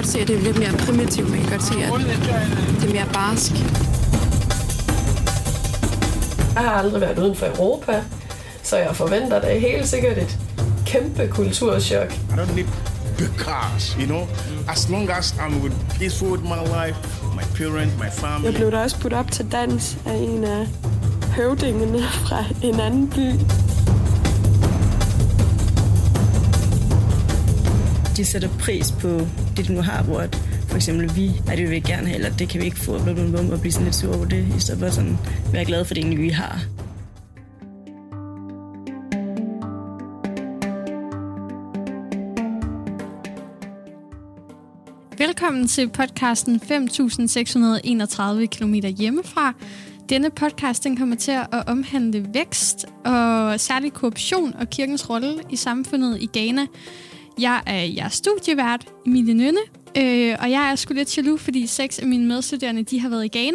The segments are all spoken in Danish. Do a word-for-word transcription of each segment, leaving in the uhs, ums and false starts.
godt se, at det er lidt mere primitivt, men jeg kan godt se, at det er mere barsk. Jeg har aldrig været uden for Europa, så jeg forventer da helt sikkert et kæmpe kulturschok. I don't need big cars, you know. As long as I'm with peaceful with my life, my parents, my family. Jeg blev da også budt op til dans af en af høvdingene fra en anden by. De sætter pris på det, de nu har, hvor for eksempel vi, nej, det vil vi ikke gerne have, eller det kan vi ikke få, og blive sådan lidt sur over det, i stedet for sådan være glad for det, vi har. Velkommen til podcasten fem tusind seks hundrede og enogtredive kilometer hjemmefra. Denne podcast den kommer til at omhandle vækst og særlig korruption og kirkens rolle i samfundet i Ghana. Jeg er jeres studievært, Emilie Nynne, øh, og jeg er sgu lidt jaloux, fordi seks af mine medstuderende de har været i Ghana.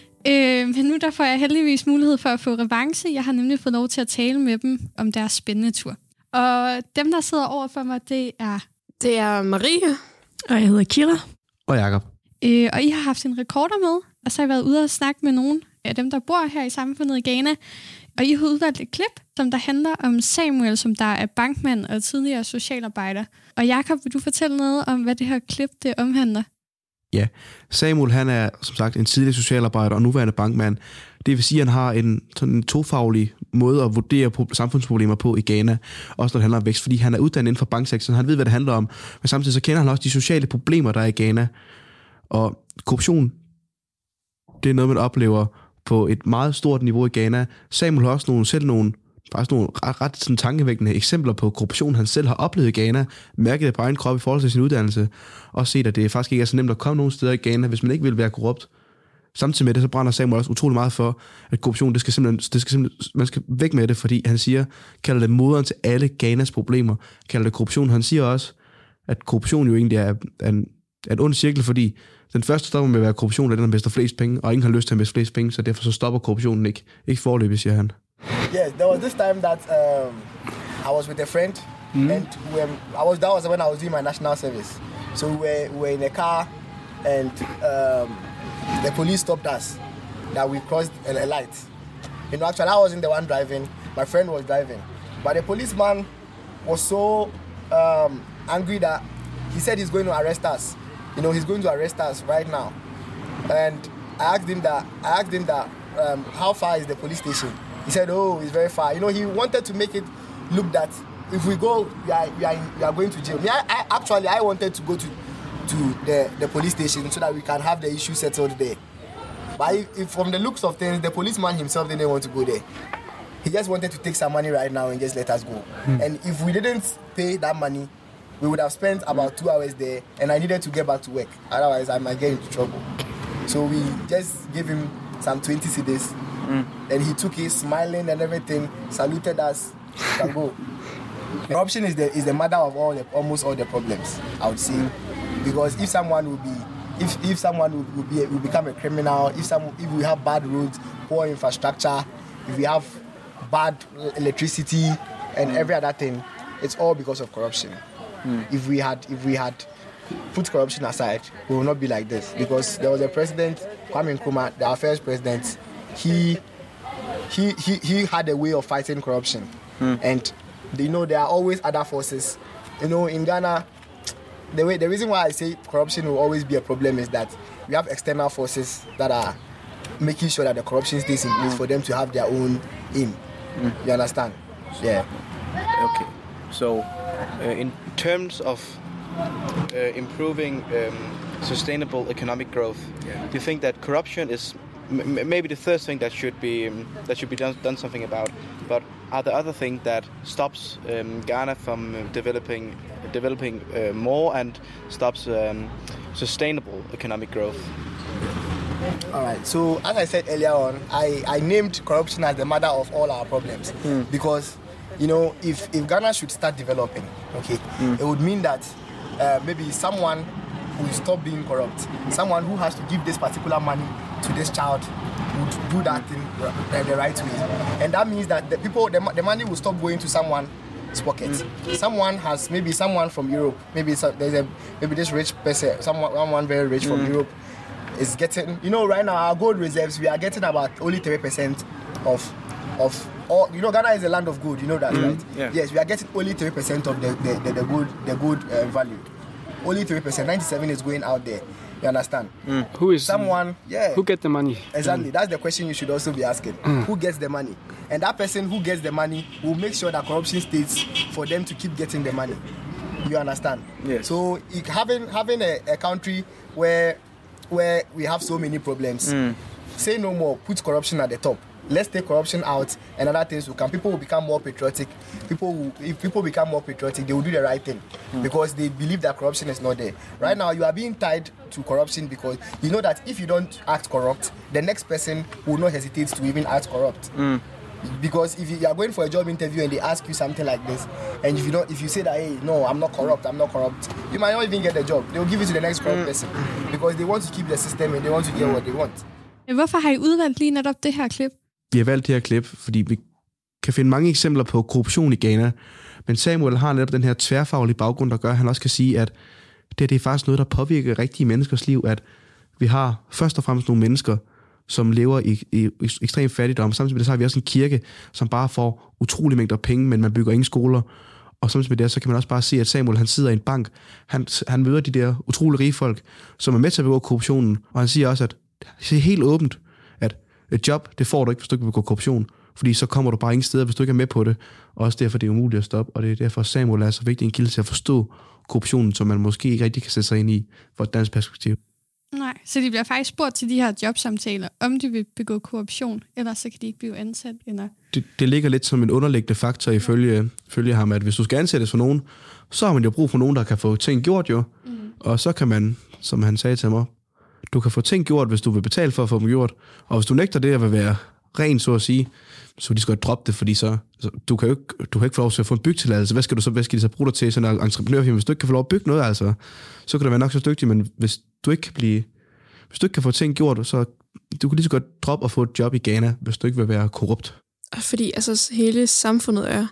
Øh, men nu der får jeg heldigvis mulighed for at få revanche. Jeg har nemlig fået lov til at tale med dem om deres spændende tur. Og dem, der sidder over for mig, det er... Det er Marie. Og jeg hedder Kira. Og Jakob. Øh, og I har haft en rekorder med, og så har I været ude og snakke med nogle af dem, der bor her i samfundet i Ghana. Og I har udvalgt et klip, som der handler om Samuel, som der er bankmand og tidligere socialarbejder. Og Jakob, vil du fortælle noget om, hvad det her klip det omhandler? Ja, Samuel han er som sagt en tidligere socialarbejder og nuværende bankmand. Det vil sige, at han har en, sådan en tofaglig måde at vurdere på samfundsproblemer på i Ghana, også når det handler om vækst, fordi han er uddannet inden for banksektoren, han ved, hvad det handler om, men samtidig så kender han også de sociale problemer, der er i Ghana. Og korruption, det er noget, man oplever på et meget stort niveau i Ghana. Samuel har også nogle, selv nogle, faktisk nogle ret, ret sådan tankevækkende eksempler på korruption, han selv har oplevet i Ghana, mærket det på egen krop i forhold til sin uddannelse, og set, at det faktisk ikke er så nemt at komme nogen steder i Ghana, hvis man ikke vil være korrupt. Samtidig med det, så brænder Samuel også utrolig meget for, at korruption, det skal simpelthen, det skal simpelthen, man skal væk med det, fordi han siger, kalder det moderen til alle Ghanas problemer, kalder det korruption. Han siger også, at korruption jo egentlig er, er, en, er en ond cirkel, fordi den første stopper med at være korruption, er den, der mister flest penge, og ingen har lyst til at miste flest penge, så derfor så stopper korruptionen ikke. Ikke forløbig, siger han. Yes, there was this time that um, I was with a friend, mm. and we were, I was that was when I was doing my national service. So we were, we were in a car, and um, the police stopped us. That we crossed a, a light. You know, actually, I wasn't the one driving. My friend was driving, but the policeman was so um, angry that he said he's going to arrest us. You know, he's going to arrest us right now. And I asked him that. I asked him that. Um, how far is the police station? He said, "Oh, it's very far." You know, he wanted to make it look that if we go, we are, we are, in, we are going to jail. I, I, actually, I wanted to go to to the, the police station so that we can have the issue settled there. But if, if from the looks of things, the policeman himself didn't want to go there. He just wanted to take some money right now and just let us go. Hmm. And if we didn't pay that money, we would have spent about two hours there, and I needed to get back to work. Otherwise, I might get into trouble. So we just gave him some twenty cedis, mm. and he took it, smiling and everything, saluted us, and go. Corruption is the is the mother of all the, almost all the problems, I would say, because if someone will be, if if someone will, will be will become a criminal, if some if we have bad roads, poor infrastructure, if we have bad electricity and every other thing, it's all because of corruption. Mm. If we had if we had put corruption aside, we will not be like this. Because there was a president, Kwame Nkrumah, our first president, he he he, he had a way of fighting corruption. Mm. And you know there are always other forces. You know, in Ghana, the way the reason why I say corruption will always be a problem is that we have external forces that are making sure that the corruption stays in place for them to have their own aim. Mm. You understand? Yeah. Okay. So Uh, in terms of uh, improving um, sustainable economic growth, yeah. do you think that corruption is m- maybe the first thing that should be um, that should be done, done something about? But are there other things that stops um, Ghana from uh, developing developing uh, more and stops um, sustainable economic growth? All right. So as I said earlier on, I, I named corruption as the mother of all our problems mm. because. You know, if, if Ghana should start developing, okay, mm. it would mean that uh, maybe someone will stop being corrupt. Someone who has to give this particular money to this child would do that thing uh, the right way. And that means that the people, the, the money will stop going to someone pocket. Mm. Someone has, maybe someone from Europe, maybe so, there's a, maybe this rich person, someone, someone very rich mm. from Europe is getting, you know, right now our gold reserves, we are getting about only three percent of, of all, you know, Ghana is a land of gold, you know that, mm. right? Yeah. Yes, we are getting only three percent of the, the, the, the gold, the gold uh, value. Only three percent, ninety-seven is going out there. You understand? Mm. Who is someone? Yeah. Who get the money? Exactly. Mm. That's the question you should also be asking. Mm. Who gets the money? And that person who gets the money will make sure that corruption stays for them to keep getting the money. You understand? Yes. So having having a, a country where where we have so many problems, mm. say no more. Put corruption at the top. Let's take corruption out, and other things will come. People will become more patriotic. People will, if people become more patriotic, they will do the right thing mm. because they believe that corruption is not there. Right now, you are being tied to corruption because you know that if you don't act corrupt, the next person will not hesitate to even act corrupt. Mm. Because if you are going for a job interview and they ask you something like this, and if you don't, if you say that, hey, no, I'm not corrupt, I'm not corrupt, you might not even get the job. They will give it to the next corrupt mm. person because they want to keep the system and they want to get what they want. Hvorfor har I udvalgt lige netop det her klip? Vi har valgt det her klip, fordi vi kan finde mange eksempler på korruption i Ghana, men Samuel har netop den her tværfaglige baggrund, der gør, at han også kan sige, at det, det er faktisk noget, der påvirker rigtige menneskers liv, at vi har først og fremmest nogle mennesker, som lever i, i, i ekstrem fattigdom. Samtidig med det, så har vi også en kirke, som bare får utrolig mængder penge, men man bygger ingen skoler. Og samtidig med det, så kan man også bare se, at Samuel, han sidder i en bank, han, han møder de der utrolig rige folk, som er med til at begå korruptionen, og han siger også, at det er helt åbent, at et job, det får du ikke, hvis du ikke begår korruption, fordi så kommer du bare ingen steder, hvis du ikke er med på det, og også derfor det er umuligt at stoppe, og det er derfor Samuel er så vigtig en kilde til at forstå korruptionen, som man måske ikke rigtig kan sætte sig ind i fra et dansk perspektiv. Nej, så de bliver faktisk spurgt til de her jobsamtaler, om de vil begå korruption, ellers så kan de ikke blive ansat. Eller... Det, det ligger lidt som en underliggende faktor ifølge, ifølge ham, at hvis du skal ansættes for nogen, så har man jo brug for nogen, der kan få ting gjort jo, mm. og så kan man, som han sagde til mig, du kan få ting gjort, hvis du vil betale for at få dem gjort, og hvis du nægter det at vil være ren, så at sige, så de skal jo droppe det, fordi så, så du kan jo ikke, du kan ikke få lov til at få en bygtilladelse. Hvad skal du så, hvad skal de så bruge dig til sådan en entreprenørfirma? Hvis du ikke kan få lov at bygge noget, altså, så kan du være nok så dygtig, men hvis du ikke kan blive, hvis du ikke kan få ting gjort, så du kan lige så godt droppe og få et job i Ghana, hvis du ikke vil være korrupt. Fordi altså hele samfundet er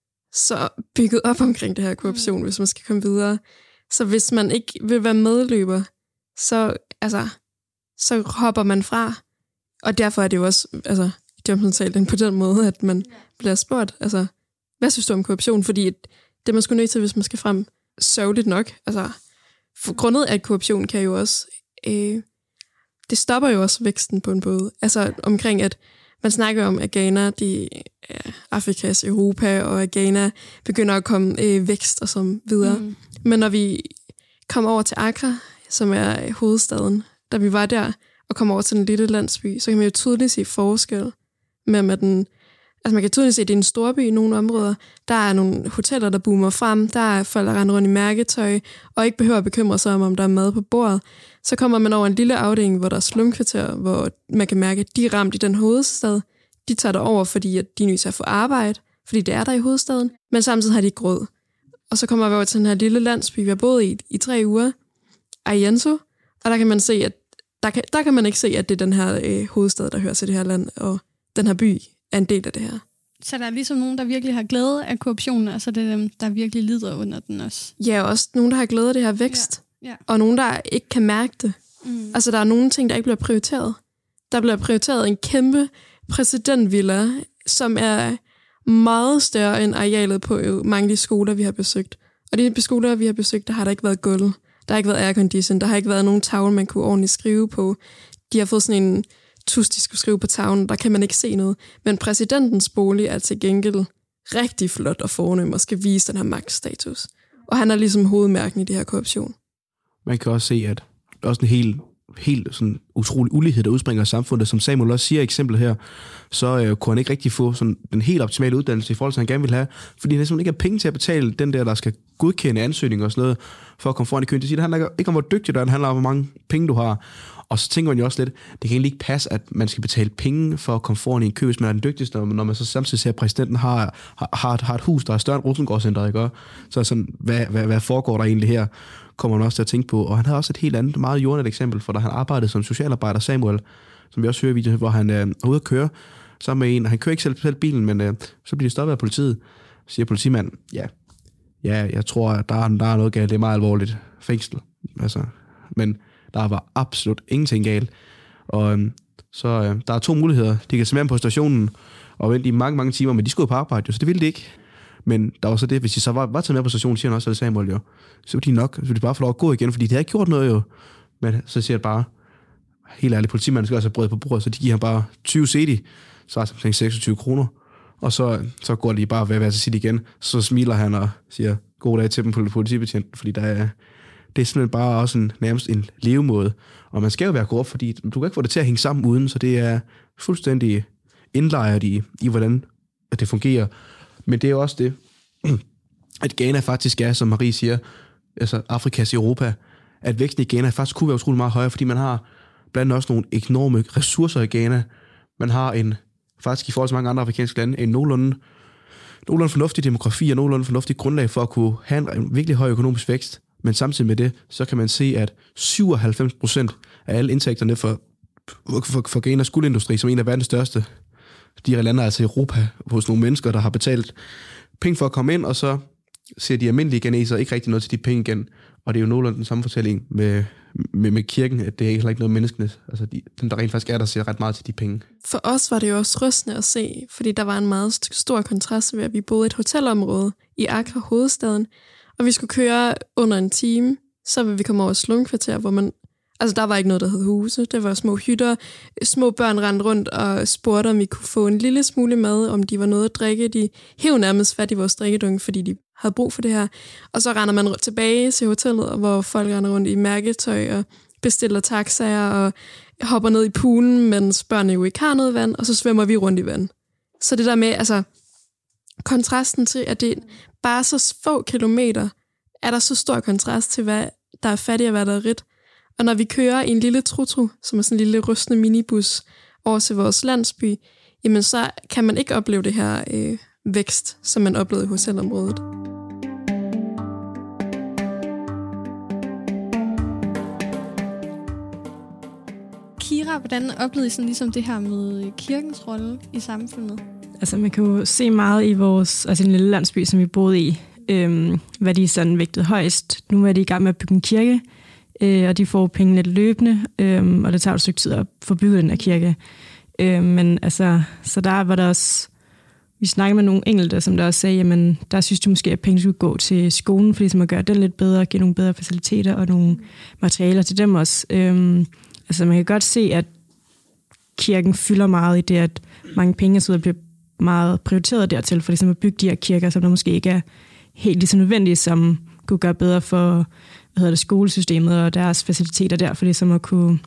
så bygget op omkring det her korruption, hvis man skal komme videre. Så hvis man ikke vil være medløber, så, altså, så hopper man fra. Og derfor er det jo også altså, jobsamtalen på den måde, at man bliver spurgt, altså, hvad synes du om korruption? Fordi det er man sgu nødt til, hvis man skal frem sørgeligt nok. Altså, for grundet af korruption kan jo også, øh, det stopper jo også væksten på en måde. Altså omkring, at man snakker om, at Ghana, de er Afrikas Europa, og at Ghana begynder at komme øh, vækst og så videre. Mm. Men når vi kommer over til Accra, som er hovedstaden, da vi var der, og kom over til den lille landsby, så kan man jo tydeligt se forskel mellem, at den, altså man kan tydeligt se, at det er en storby i nogle områder. Der er nogle hoteller, der boomer frem, der er folk, der render rundt i mærketøj, og ikke behøver at bekymre sig om, om der er mad på bordet. Så kommer man over en lille afdeling, hvor der er slumkvarter, hvor man kan mærke, at de er ramt i den hovedstad. De tager der over, fordi at de er nødt til at få arbejde, fordi det er der i hovedstaden, men samtidig har de ikke råd. Og så kommer vi over til den her lille landsby, vi har boet i i tre uger, Ayenso, og der kan man se, at der kan, der kan man ikke se, at det er den her øh, hovedstad, der hører til det her land, og den her by er en del af det her. Så der er ligesom nogen, der virkelig har glæde af korruptionen, altså det er dem, der virkelig lider under den også. Ja, også nogen, der har glæde af det her vækst, ja. Ja. Og nogen, der ikke kan mærke det. Mm. Altså der er nogle ting, der ikke bliver prioriteret. Der bliver prioriteret en kæmpe præsidentvilla, som er meget større end arealet på mange af de skoler, vi har besøgt. Og de skoler, vi har besøgt, der har der ikke været gulv. Der har ikke været aircondition. Der har ikke været nogen tavle, man kunne ordentligt skrive på. De har fået sådan en tus, de skulle skrive på tavlen. Der kan man ikke se noget. Men præsidentens bolig er til gengæld rigtig flot og fornem og skal vise den her magtstatus. Og han er ligesom hovedmærken i det her korruption. Man kan også se, at der er også en helt, helt sådan utrolig ulighed, der udspringer af samfundet. Som Samuel også siger i eksemplet her, så øh, kunne han ikke rigtig få sådan den helt optimale uddannelse i forhold til, han gerne vil have, fordi han simpelthen ikke har penge til at betale den der, der skal godkende ansøgninger og sådan noget, for at komme foran i køen. Det siger, det handler ikke om, hvor dygtig du er, det handler om, hvor mange penge du har. Og så tænker man jo også lidt, det kan egentlig ikke passe, at man skal betale penge for at komme foran i en kø, hvis man er den dygtigste, når man så samtidig ser, at præsidenten har, har, har et hus, der er større end Rosengård-centret, ikke? Så sådan, hvad, hvad, hvad foregår der egentlig her, kommer man også til at tænke på. Og han havde også et helt andet, meget jordnært eksempel, for da han arbejdede som socialarbejder, Samuel, som vi også hører i videoen, hvor han øh, er ude at køre sammen med en, han kører ikke selv, selv bilen, men øh, så bliver de stoppet af politiet. siger politimanden, ja, ja, jeg tror, at der er, der er noget galt, det er meget alvorligt fængsel. Altså, men der var absolut ingenting galt. Og øhm, så øh, der er to muligheder. De kan simpelthen på stationen og vente i mange, mange timer, men de skulle jo på arbejde, jo, så det ville de ikke. Men der var så det, hvis de så var, var taget med på stationen, siger han også, så det Samuel jo, så var de nok, så ville de bare få lov at gå igen, fordi de havde ikke gjort noget jo. Men så siger det bare, helt ærligt, politimanden skal også have brød på bordet, så de giver ham bare tyve C D, så er det omkring seksogtyve kroner. Og så, så går de bare ved at være til sit igen. Så smiler han og siger, god dag til dem på politibetjenten, fordi der er, det er simpelthen bare også en, nærmest en levemåde. Og man skal jo være korrupt, fordi du kan ikke få det til at hænge sammen uden, så det er fuldstændig indlejret i, i hvordan at det fungerer. Men det er jo også det, at Ghana faktisk er, som Marie siger, altså Afrikas Europa, at væksten i Ghana faktisk kunne være utrolig meget højere, fordi man har blandt andet også nogle enorme ressourcer i Ghana. Man har en, faktisk i forhold til mange andre afrikanske lande, en nogenlunde, nogenlunde fornuftig demografi og nogenlunde fornuftig grundlag for at kunne have en virkelig høj økonomisk vækst. Men samtidig med det, så kan man se, at syvoghalvfems procent af alle indtægterne for, for, for Ghanas guldindustri, som en af verdens største, de lander altså i Europa hos nogle mennesker, der har betalt penge for at komme ind, og så ser de almindelige ghanesere ikke rigtig noget til de penge igen. Og det er jo nogenlunde den samme fortælling med, med, med kirken, at det er heller ikke noget menneskene. Altså de, den, der rent faktisk er, der ser ret meget til de penge. For os var det jo også rystende at se, fordi der var en meget stor kontrast ved, at vi boede i et hotelområde i Accra, hovedstaden, og vi skulle køre under en time, så ville vi komme over et slumkvarter, hvor man... Altså, der var ikke noget, der hed huse. Det var små hytter. Små børn rendte rundt og spurgte, om vi kunne få en lille smule mad, om de var noget at drikke. De hæv nærmest fat i vores drikkedunke, fordi de havde brug for det her. Og så render man tilbage til hotellet, hvor folk render rundt i mærketøj og bestiller taxaer og hopper ned i poolen, mens børnene jo ikke har noget vand, og så svømmer vi rundt i vand. Så det der med, altså, kontrasten til, at det bare så få kilometer, er der så stor kontrast til, hvad der er fattigt og hvad der er rigt. Og når vi kører i en lille trutru, som er sådan en lille rystende minibus, over til vores landsby, jamen så kan man ikke opleve det her øh, vækst, som man oplevede i hotelområdet. Kira, hvordan oplevede I sådan ligesom det her med kirkens rolle i samfundet? Altså man kan jo se meget i vores, altså en lille landsby, som vi boede i, øhm, hvad de sådan vægtede højst. Nu er de i gang med at bygge en kirke, øh, og de får penge lidt løbende, øh, og det tager et stykke tid at få bygget den her kirke. Øh, men altså, så der var der også, vi snakkede med nogle enkelte, som der også sagde, jamen der synes de måske, at penge skulle gå til skolen, fordi som at gøre den lidt bedre, give nogle bedre faciliteter og nogle materialer til dem også. Øh, altså man kan godt se, at kirken fylder meget i det, at mange penge så bliver meget prioriteret dertil, for ligesom at bygge de her kirker, som der måske ikke er helt lige så nødvendige, som kunne gøre bedre for hvad hedder det, skolesystemet og deres faciliteter der, for ligesom at kunne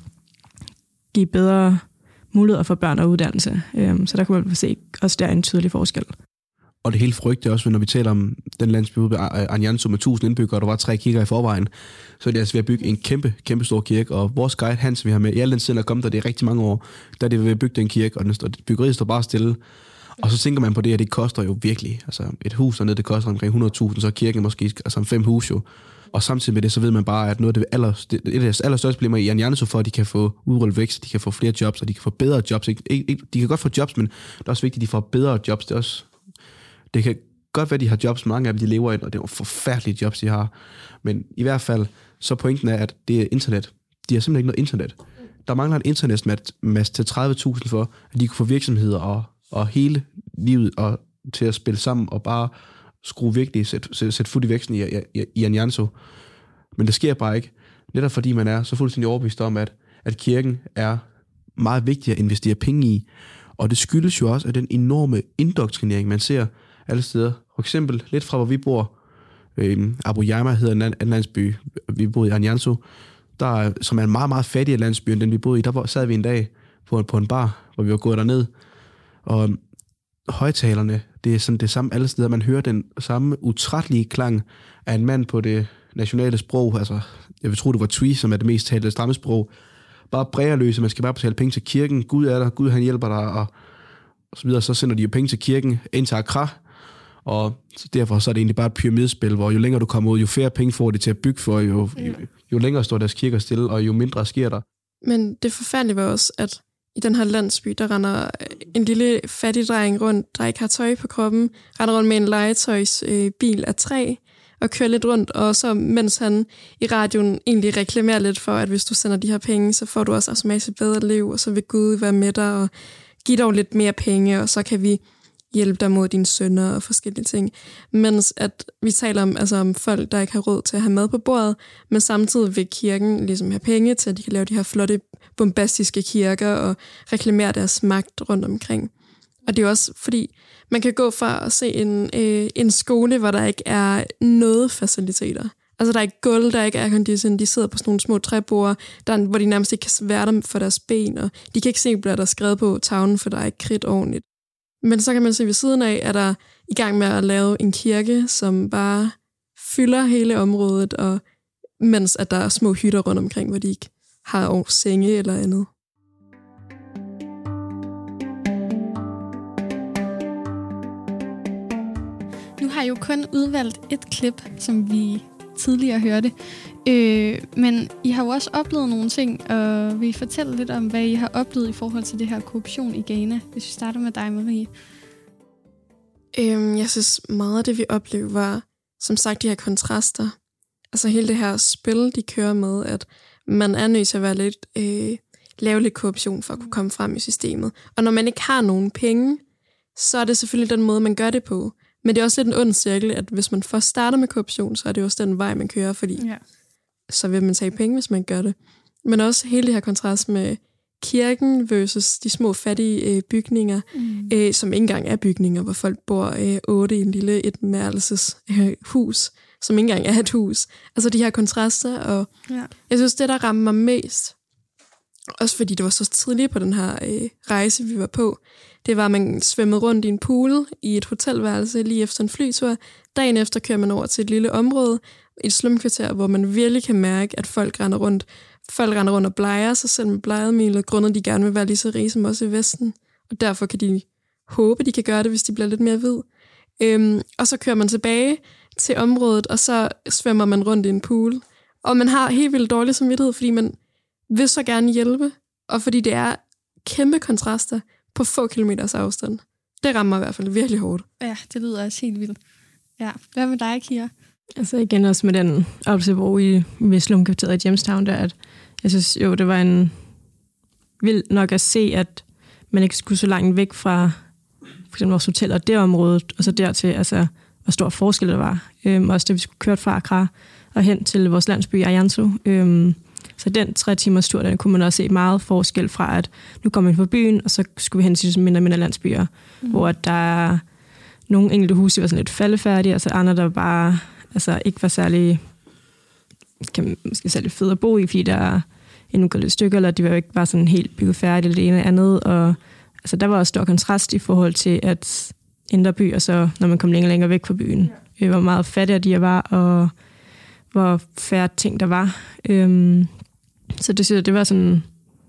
give bedre muligheder for børn og uddannelse. Så der kunne man se også der en tydelig forskel. Og det hele frygte også, når vi taler om den landsby ved Anyanso med tusind indbyggere, og der var tre kirker i forvejen, så er det altså ved at bygge en kæmpe, kæmpe stor kirke. Og vores guide Hans, vi har med i al den siden er kommet der, det er rigtig mange år, der er det ved at bygge den kirke, og den står, byggeriet står bare stille. Og så tænker man på det, at det koster jo virkelig, altså et hus dernede, det koster omkring hundrede tusind, så er kirken måske altså fem hus jo. Og samtidig med det, så ved man bare, at noget af det aller, et af deres allerstørste problemer i Anyanso for, at de kan få udrullet vækst, de kan få flere jobs, og de kan få bedre jobs. Ikke, ikke, de kan godt få jobs, men det er også vigtigt, at de får bedre jobs. Det, er også, det kan godt være, at de har jobs, mange af dem de lever i, og det er jo forfærdelige jobs, de har. Men i hvert fald, så pointen er, at det er internet. De har simpelthen ikke noget internet. Der mangler et internetmast til tredive tusind for, at de kan få virksomheder og, og hele livet og, til at spille sammen og bare skrue virkelig, sætte sæt, sæt fod i væksten i, i, i Anyanso. Men det sker bare ikke. Netop fordi man er så fuldstændig overbevist om, at, at kirken er meget vigtig at investere penge i. Og det skyldes jo også af den enorme indoktrinering, man ser alle steder. For eksempel lidt fra, hvor vi bor, øh, Abu Yama hedder en, en landsby, vi boede i Anyanso, der, som er en meget, meget fattigere landsby, end den vi boede i. Der sad vi en dag på, på en bar, hvor vi var gået derned, og højtalerne, det er sådan det samme alle steder. Man hører den samme utrættelige klang af en mand på det nationale sprog. Altså, jeg vil tro, det var Twi, som er det mest talte stammesprog. Bare brægerløse, man skal bare betale penge til kirken. Gud er der, Gud han hjælper dig, og, og så videre. Så sender de jo penge til kirken ind til Accra, og derfor så er det egentlig bare et pyramidespil, hvor jo længere du kommer ud, jo flere penge får de til at bygge for, jo, jo, jo længere står deres kirker stille, og jo mindre sker der. Men det forfærdelige var også, at i den her landsby, der render en lille fattig dreng rundt, der ikke har tøj på kroppen, render rundt med en legetøjsbil af træ, og kører lidt rundt, og så mens han i radioen egentlig reklamerer lidt for, at hvis du sender de her penge, så får du også automatisk et bedre liv, og så vil Gud være med dig, og give dig lidt mere penge, og så kan vi hjælpe dig mod dine sønner og forskellige ting. Mens at vi taler om, altså om folk, der ikke har råd til at have mad på bordet, men samtidig vil kirken ligesom have penge til, at de kan lave de her flotte, bombastiske kirker og reklamere deres magt rundt omkring. Og det er også fordi, man kan gå fra at se en, øh, en skole, hvor der ikke er noget faciliteter. Altså der er ikke gulv, der er ikke aircondition, de sidder på sådan nogle små træborde, der, hvor de nærmest ikke kan være der for deres ben, og de kan ikke se, hvad der er skrevet på tavlen, for der er ikke kridt ordentligt. Men så kan man se ved siden af, at der i gang med at lave en kirke, som bare fylder hele området, og mens at der er små hytter rundt omkring, hvor de ikke har senge eller andet. Nu har jeg jo kun udvalgt et klip, som vi tidligere hørte. Øh, men I har jo også oplevet nogle ting, og vil I fortælle lidt om, hvad I har oplevet i forhold til det her korruption i Ghana? Hvis vi starter med dig, Marie. Øhm, jeg synes meget af det, vi oplevede, var som sagt de her kontraster. Altså hele det her spil, de kører med, at man er nødt til at være lidt, øh, lave lidt korruption for at kunne komme frem i systemet. Og når man ikke har nogen penge, så er det selvfølgelig den måde, man gør det på. Men det er også lidt en ond cirkel, at hvis man først starter med korruption, så er det også den vej, man kører, fordi ja. Så vil man tage penge, hvis man gør det. Men også hele det her kontrast med kirken versus de små fattige øh, bygninger, mm. øh, som ikke engang er bygninger, hvor folk bor øh, otte i en lille etmærelses øh, hus, som ikke engang er et hus. Altså de her kontraster, og ja. Jeg synes, det der rammer mig mest, også fordi det var så tidligt på den her øh, rejse, vi var på, det var, at man svømmede rundt i en pool i et hotelværelse lige efter en flytur. Dagen efter kører man over til et lille område, et slumkvarter, hvor man virkelig kan mærke, at folk render rundt, folk render rundt og bleger sig selv med blegemiddel, grundet de gerne vil være lige så rige som også i Vesten. Og derfor kan de håbe, de kan gøre det, hvis de bliver lidt mere hvid. Øhm, og så kører man tilbage til området, og så svømmer man rundt i en pool. Og man har helt vildt dårlig samvittighed, fordi man vil så gerne hjælpe, og fordi det er kæmpe kontraster på få kilometers afstand. Det rammer i hvert fald virkelig hårdt. Ja, det lyder også helt vildt. Ja, hvad med dig, Kira? Altså igen også med den oplevelse, hvor i ved slumkvarteret i Jamestown, der at jeg synes jo, det var en vild nok at se, at man ikke skulle så langt væk fra for eksempel vores hotel og det område, og så dertil, altså hvor stor forskel der var. Øhm, også det, vi skulle køre fra Accra og hen til vores landsby Ayanso. Øhm, så den tre timers tur, den kunne man også se meget forskel fra, at nu kom vi ind på byen, og så skulle vi hen til mindre og mindre landsbyer, mm. hvor der er nogle enkelte huse, der var sådan lidt faldefærdige, og så andre, der bare altså, ikke var særlig, kan man måske særlig fede at bo i, fordi der er endnu lidt stykker, eller de var jo ikke bare sådan helt bygget færdigt, eller det ene eller andet, og altså, der var også stor kontrast i forhold til, at indre by, og så når man kom længere og længere væk fra byen, ja. Hvor meget fattigere de var, og hvor færre ting der var. Øhm, så det synes jeg, det var sådan,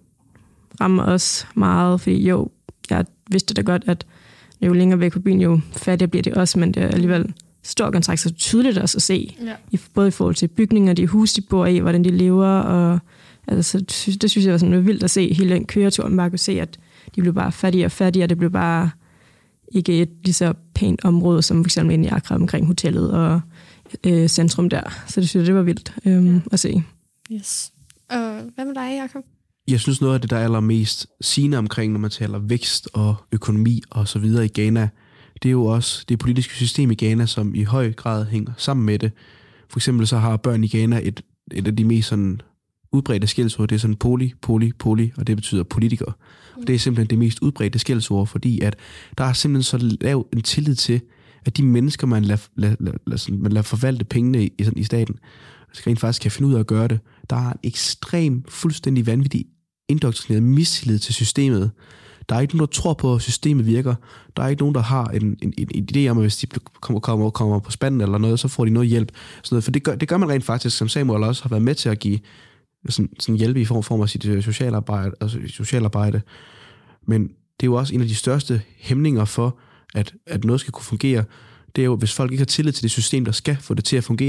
rammer os meget, fordi jo, jeg vidste da godt, at jo længere væk fra byen, jo fattigere bliver det også, men det er alligevel stor kontrast, så tydeligt også at se, ja. i, både i forhold til bygninger, de hus, de bor i, hvordan de lever, og altså, det, synes, det synes jeg var sådan vildt at se hele den køretur, man bare kunne se, at de blev bare fattigere og fattigere, det blev bare ikke et lige så pænt område, som for eksempel inde i Accra omkring hotellet og øh, centrum der. Så det synes jeg, det var vildt øh, ja. at se. Yes. Og hvad med dig, Jacob? Jeg synes noget af det, der er allermest sigende omkring, når man taler vækst og økonomi og så videre i Ghana, det er jo også det politiske system i Ghana, som i høj grad hænger sammen med det. For eksempel så har børn i Ghana et, et af de mest sådan udbredte skældsord, det er sådan poli, poli, poli, og det betyder politiker. Og det er simpelthen det mest udbredte skældsord, fordi at der er simpelthen så lav en tillid til, at de mennesker, man lader, lad, lad, lad, man lader forvalte pengene i, i staten, skal rent faktisk kan finde ud af at gøre det. Der er en ekstrem, fuldstændig vanvittig, indoktrineret mistillid til systemet. Der er ikke nogen, der tror på, at systemet virker. Der er ikke nogen, der har en, en, en idé om, at hvis de kommer, kommer, kommer på spanden eller noget, så får de noget hjælp. Sådan noget. For det gør, det gør man rent faktisk, som Samuel også har været med til at give sådan, sådan hjælp i form, form af sit socialarbejde, altså socialarbejde. Men det er jo også en af de største hæmninger for, at, at noget skal kunne fungere. Det er jo, hvis folk ikke har tillid til det system, der skal få det til at fungere,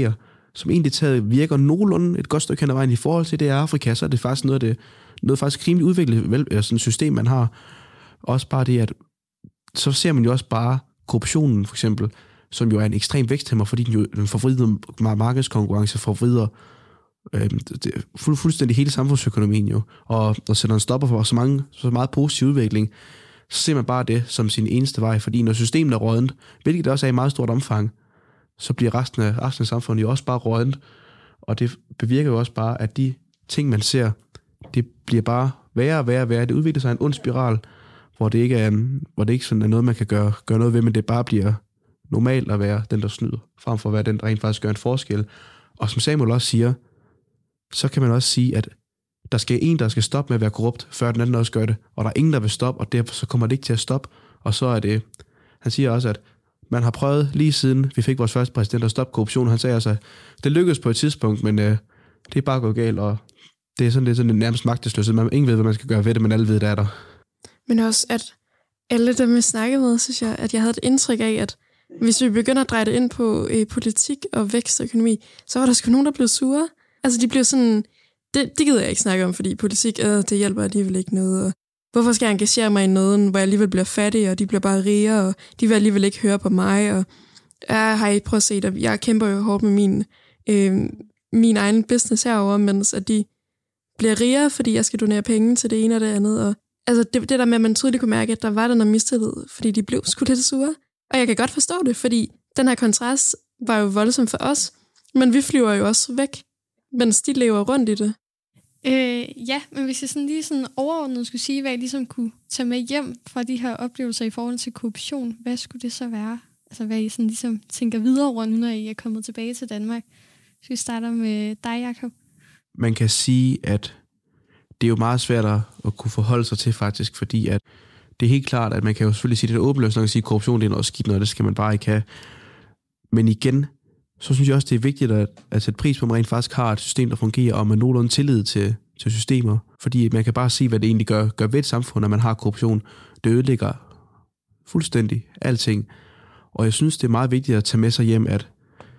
som egentlig taget virker nogenlunde et godt stykke hen ad vejen i forhold til det i Afrika, så er det faktisk noget af det, noget faktisk rimelig udviklet vel, sådan et system, man har. Også bare det, at så ser man jo også bare korruptionen, for eksempel, som jo er en ekstrem væksthæmmer, fordi den jo den forvrider markedskonkurrence, forvrider øh, fuld, fuldstændig hele samfundsøkonomien jo, og, og sætter en stopper for så, mange, så meget positiv udvikling, så ser man bare det som sin eneste vej, fordi når systemet er rådent, hvilket det også er i meget stort omfang, så bliver resten af, resten af samfundet jo også bare rådent, og det bevirker jo også bare, at de ting, man ser, det bliver bare værre og værre og værre. Det udvikler sig en ond spiral, hvor det ikke er, hvor det ikke sådan er noget, man kan gøre, gøre noget ved, men det bare bliver normalt at være den, der snyder, frem for at være den, der rent faktisk gør en forskel. Og som Samuel også siger, så kan man også sige, at der skal en, der skal stoppe med at være korrupt, før den anden også gør det, og der er ingen, der vil stoppe, og derfor så kommer det ikke til at stoppe, og så er det, han siger også, at man har prøvet lige siden vi fik vores første præsident at stoppe korruption, han sagde også, at det lykkedes på et tidspunkt, men øh, det er bare gået galt, og det er sådan lidt sådan en nærmest magtesløshed. Man ingen ved, hvad man skal gøre ved det, men alle ved, det er der. Men også, at alle dem, vi snakkede med, synes jeg, at jeg havde et indtryk af, at hvis vi begynder at dreje det ind på øh, politik og vækst og økonomi, så var der sgu nogen, der blev sure. Altså, de blev sådan, det, det gider jeg ikke snakke om, fordi politik, øh, det hjælper alligevel ikke noget. Og hvorfor skal jeg engagere mig i noget, hvor jeg alligevel bliver fattig, og de bliver bare rigere, og de vil alligevel ikke høre på mig. Og jeg har ikke prøvet at se det. Jeg kæmper jo hårdt med min, øh, min egen business herovre, mens at de bliver rigere, fordi jeg skal donere penge til det ene og det andet. Og altså det, det der med, at man tydeligt kunne mærke, at der var der noget mistillid, fordi de blev sgu lidt sure. Og jeg kan godt forstå det, fordi den her kontrast var jo voldsom for os, men vi flyver jo også væk, mens de lever rundt i det. Øh, ja, men hvis jeg sådan lige sådan overordnet skulle sige, hvad jeg ligesom kunne tage med hjem fra de her oplevelser i forhold til korruption, hvad skulle det så være? Altså hvad I sådan ligesom tænker videre over nu, når I er kommet tilbage til Danmark? Så vi starter med dig, Jacob. Man kan sige, at det er jo meget svært at kunne forholde sig til faktisk, fordi at det er helt klart, at man kan jo selvfølgelig sige, at det er åbenløst, når man kan sige, at korruption det er noget skidt noget, det skal man bare ikke have. Men igen, så synes jeg også, det er vigtigt at, at sætte pris på, at man rent faktisk har et system, der fungerer, og man nogenlunde tillid til, til systemer. Fordi man kan bare se, hvad det egentlig gør, gør ved et samfund, når man har korruption. Det ødelægger fuldstændig alting. Og jeg synes, det er meget vigtigt at tage med sig hjem, at,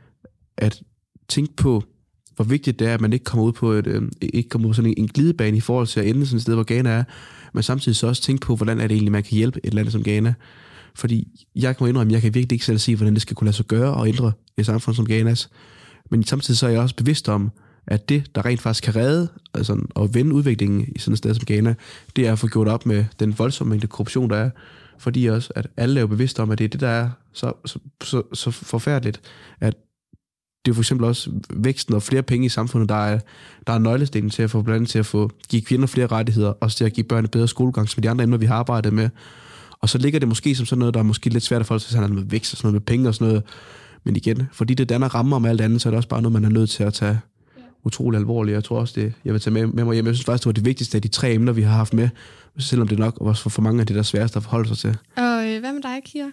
at tænke på, hvor vigtigt det er, at man ikke kommer ud på, et, øh, ikke kommer ud på sådan en, en glidebane i forhold til at ende sådan et sted, hvor Ghana er, men samtidig så også tænke på, hvordan er det egentlig, man kan hjælpe et land som Ghana. Fordi jeg kan indrømme, at jeg kan virkelig ikke selv sige, hvordan det skal kunne lade sig gøre og ændre et samfund som Ghanas. Men samtidig så er jeg også bevidst om, at det, der rent faktisk kan redde altså, og vende udviklingen i sådan et sted som Ghana, det er at få gjort op med den voldsomme mængde korruption, der er. Fordi også, at alle er jo bevidste om, at det er det, der er så, så, så, så forfærdeligt, at det er for eksempel også væksten og flere penge i samfundet, der er, der er nøglestenen til at få blandt andet til at få give kvinder flere rettigheder, også til at give børn bedre skolegang, som de andre emner, vi har arbejdet med. Og så ligger det måske som sådan noget, der er måske lidt svært at forholde sig til, sådan noget med vækst og sådan noget med penge og sådan noget. Men igen, fordi det danner rammer om alt andet, så er det også bare noget, man er nødt til at tage utrolig alvorligt. Jeg tror også, det jeg vil tage med, med mig hjem. Jeg synes faktisk, det var det vigtigste af de tre emner, vi har haft med, selvom det nok også for, for mange af det, der er sværest at forholde sig til. Og øh, hvad med dig, Kira?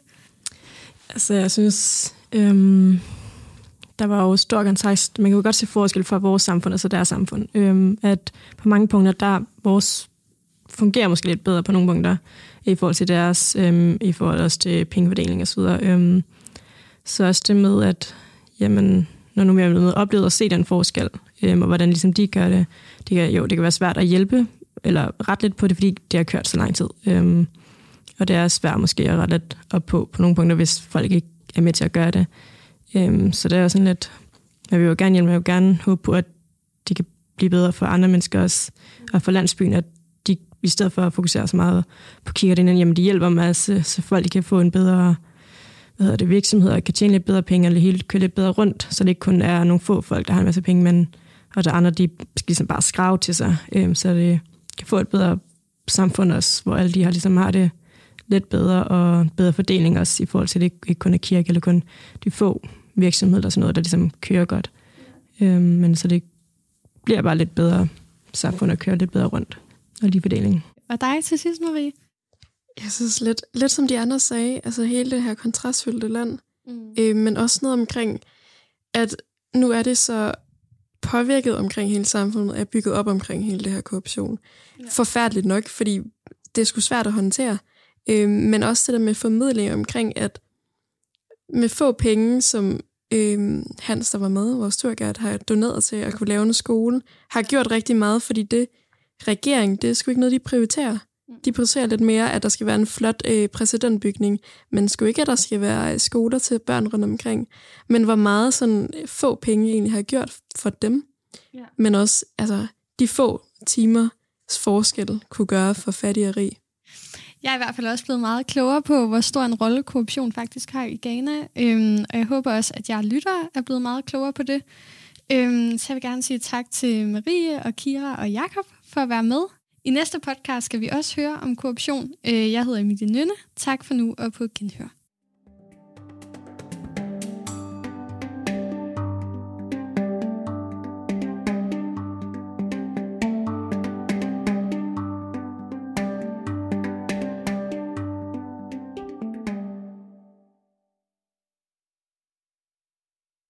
Altså, jeg synes, øhm, der var jo stor kontrast. Man kan jo godt se forskel fra vores samfund og så deres samfund. Øhm, at på mange punkter, der vores fungerer måske lidt bedre på nogle punkter, i forhold til deres, øhm, i forhold også til pengefordeling og så videre. Øhm, så også det med, at jamen, når nu vi har oplevet at se den forskel, øhm, og hvordan ligesom de gør det, det kan, jo, det kan være svært at hjælpe, eller rette lidt på det, fordi det har kørt så lang tid. Øhm, og det er svært måske at rette lidt op på, på nogle punkter, hvis folk ikke er med til at gøre det. Øhm, så det er jo sådan lidt, jeg vil jo gerne hjælpe, jeg vil gerne håbe på, at de kan blive bedre for andre mennesker også, og for landsbyen, at de i stedet for at fokusere så meget på kikkertene, jamen de hjælper med, så, så folk kan få en bedre hvad hedder det, virksomhed, og kan tjene lidt bedre penge, eller helt køre lidt bedre rundt, så det ikke kun er nogle få folk, der har en masse penge, men og der andre, de skal ligesom bare skrave til sig, øhm, så det kan få et bedre samfund også, hvor alle de har, ligesom har det lidt bedre, og bedre fordeling også, i forhold til, det ikke kun er kirke, eller kun de få virksomheder, og sådan noget, der ligesom kører godt. Øhm, men så det bliver bare lidt bedre samfund, og kører lidt bedre rundt, og lige fordeling. Og dig til sidst, Marie? Jeg synes lidt, lidt som de andre sagde, altså hele det her kontrastfyldte land, mm. øh, men også noget omkring, at nu er det så påvirket omkring hele samfundet, er bygget op omkring hele det her korruption. Ja. Forfærdeligt nok, fordi det er sgu svært at håndtere. Øh, men også det der med formidling omkring, at med få penge, som øhm, Hans, der var med, vores turguide, har doneret til at kunne lave en skole, har gjort rigtig meget, fordi det regering, det er sgu ikke noget, de prioriterer. De prioriterer lidt mere, at der skal være en flot øh, præsidentbygning, men sgu ikke, at der skal være skoler til børn rundt omkring. Men hvor meget sådan få penge egentlig har gjort for dem, ja. Men også altså, de få timers forskel kunne gøre for fattig og rig. Jeg er i hvert fald også blevet meget klogere på, hvor stor en rolle korruption faktisk har i Ghana, øhm, og jeg håber også, at jeg lytter er blevet meget klogere på det. Øhm, så jeg vil gerne sige tak til Marie og Kira og Jakob for at være med. I næste podcast skal vi også høre om korruption. Jeg hedder Emilie Nynne. Tak for nu og på genhør.